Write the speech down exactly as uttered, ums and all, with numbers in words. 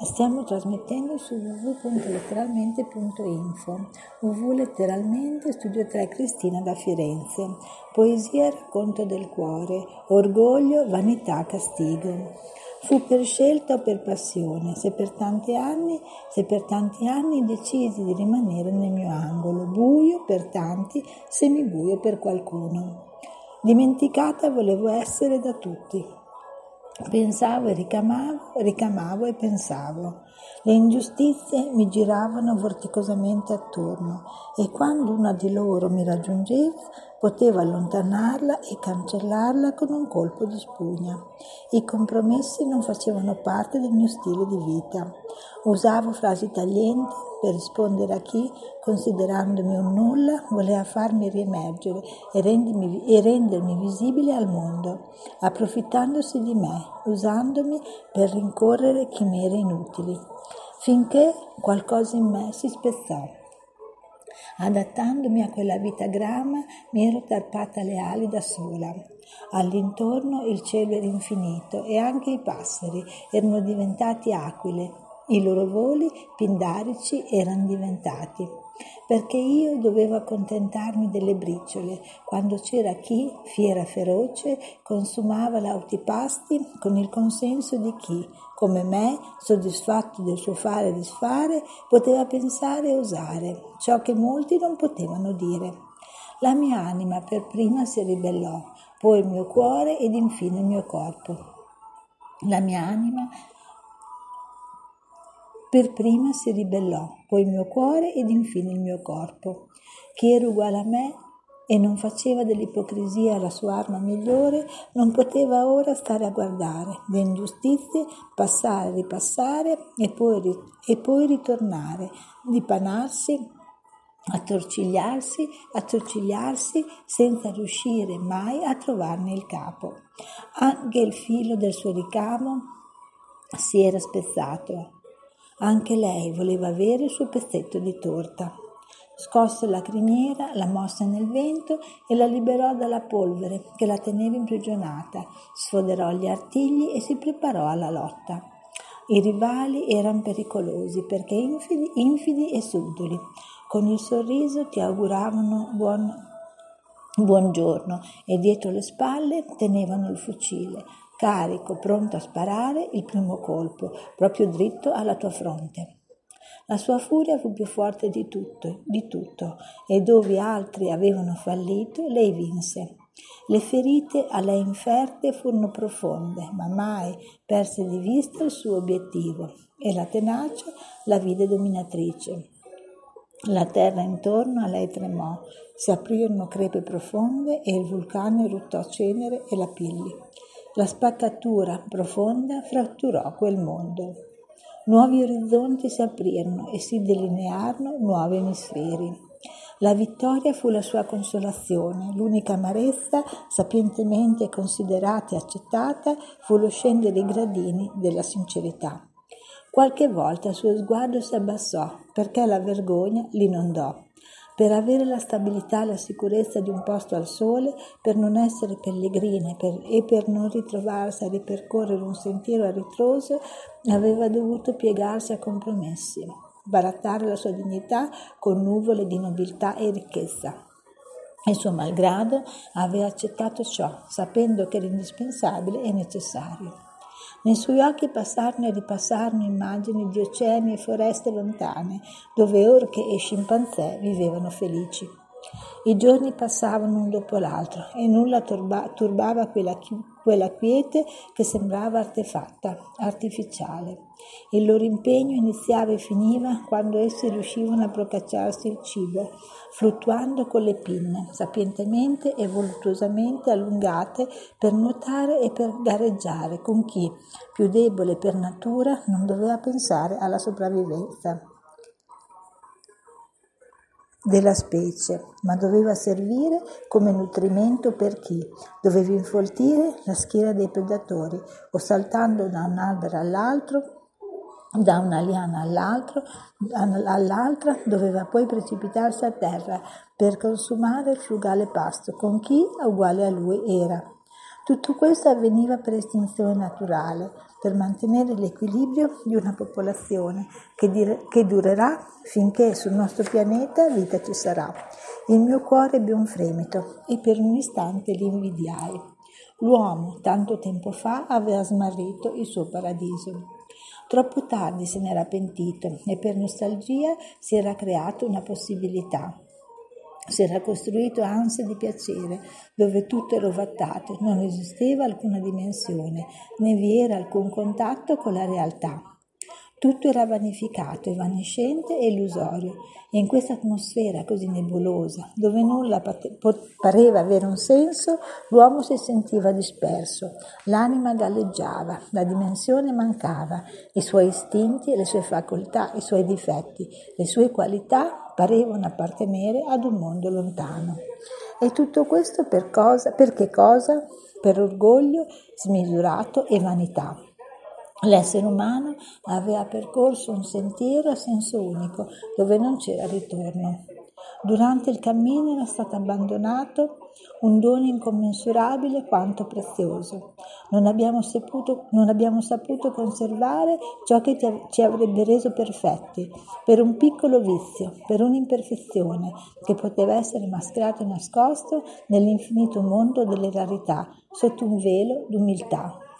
Stiamo trasmettendo su w w w punto letteralmente punto info. W W letteralmente, studio tre Cristina da Firenze. Poesia e racconto del cuore, orgoglio, vanità, castigo. Fu per scelta o per passione, se per tanti anni, se per tanti anni decisi di rimanere nel mio angolo, buio per tanti, semibuio per qualcuno. Dimenticata volevo essere da tutti. Pensavo e ricamavo, ricamavo e pensavo. Le ingiustizie mi giravano vorticosamente attorno e quando una di loro mi raggiungeva potevo allontanarla e cancellarla con un colpo di spugna. I compromessi non facevano parte del mio stile di vita. Usavo frasi taglienti per rispondere a chi, considerandomi un nulla, voleva farmi riemergere e rendermi, e rendermi visibile al mondo, approfittandosi di me, usandomi per rincorrere chimere inutili, finché qualcosa in me si spezzò. Adattandomi a quella vita grama, mi ero tarpata le ali da sola. All'intorno il cielo era infinito e anche i passeri erano diventati aquile. I loro voli pindarici erano diventati, perché io dovevo accontentarmi delle briciole, quando c'era chi, fiera feroce, consumava lauti pasti con il consenso di chi, come me, soddisfatto del suo fare e disfare, poteva pensare e osare, ciò che molti non potevano dire. La mia anima per prima si ribellò, poi il mio cuore ed infine il mio corpo. La mia anima Per prima si ribellò, poi il mio cuore ed infine il mio corpo. Chi era uguale a me e non faceva dell'ipocrisia la sua arma migliore, non poteva ora stare a guardare le ingiustizie passare, ripassare e poi, e poi ritornare, dipanarsi, attorcigliarsi, attorcigliarsi senza riuscire mai a trovarne il capo. Anche il filo del suo ricamo si era spezzato. Anche lei voleva avere il suo pezzetto di torta. Scosse la criniera, la mosse nel vento e la liberò dalla polvere che la teneva imprigionata, sfoderò gli artigli e si preparò alla lotta. I rivali erano pericolosi perché infidi, infidi e subdoli. Con il sorriso ti auguravano buon, buongiorno e dietro le spalle tenevano il fucile, carico, pronto a sparare il primo colpo, proprio dritto alla tua fronte. La sua furia fu più forte di tutto, di tutto, e dove altri avevano fallito, lei vinse. Le ferite a lei inferte furono profonde, ma mai perse di vista il suo obiettivo, e la tenacia la vide dominatrice. La terra intorno a lei tremò, si aprirono crepe profonde e il vulcano eruttò cenere e lapilli. La spaccatura profonda fratturò quel mondo. Nuovi orizzonti si aprirono e si delinearono nuovi emisferi. La vittoria fu la sua consolazione, l'unica amarezza, sapientemente considerata e accettata, fu lo scendere i gradini della sincerità. Qualche volta il suo sguardo si abbassò, perché la vergogna l'inondò. Per avere la stabilità e la sicurezza di un posto al sole, per non essere pellegrina per, e per non ritrovarsi a ripercorrere un sentiero a ritroso, aveva dovuto piegarsi a compromessi, barattare la sua dignità con nuvole di nobiltà e ricchezza. E suo malgrado aveva accettato ciò, sapendo che era indispensabile e necessario. Nei suoi occhi passarono e ripassarono immagini di oceani e foreste lontane, dove orche e scimpanzé vivevano felici. I giorni passavano un dopo l'altro e nulla turba, turbava quella, quella quiete che sembrava artefatta, artificiale. Il loro impegno iniziava e finiva quando essi riuscivano a procacciarsi il cibo, fluttuando con le pinne, sapientemente e voluttuosamente allungate per nuotare e per gareggiare con chi, più debole per natura, non doveva pensare alla sopravvivenza della specie, ma doveva servire come nutrimento per chi doveva infoltire la schiera dei predatori o saltando da un albero all'altro, da una liana all'altro, all'altra doveva poi precipitarsi a terra per consumare il frugale pasto con chi uguale a lui era. Tutto questo avveniva per estinzione naturale, per mantenere l'equilibrio di una popolazione che, dire, che durerà finché sul nostro pianeta vita ci sarà. Il mio cuore ebbe un fremito e per un istante l'invidiai. L'uomo, tanto tempo fa, aveva smarrito il suo paradiso. Troppo tardi se n'era pentito e per nostalgia si era creato una possibilità. Si era costruito ansia di piacere, dove tutto era ovattato, non esisteva alcuna dimensione, né vi era alcun contatto con la realtà. Tutto era vanificato, evanescente e illusorio, e in questa atmosfera così nebulosa, dove nulla pareva avere un senso, l'uomo si sentiva disperso, l'anima galleggiava, la dimensione mancava, i suoi istinti, le sue facoltà, i suoi difetti, le sue qualità parevano appartenere ad un mondo lontano. E tutto questo per cosa? Per che cosa? Per orgoglio smisurato e vanità. L'essere umano aveva percorso un sentiero a senso unico, dove non c'era ritorno. Durante il cammino era stato abbandonato un dono incommensurabile quanto prezioso. Non abbiamo, saputo, non abbiamo saputo conservare ciò che ci avrebbe reso perfetti, per un piccolo vizio, per un'imperfezione che poteva essere mascherato e nascosto nell'infinito mondo delle rarità, sotto un velo d'umiltà.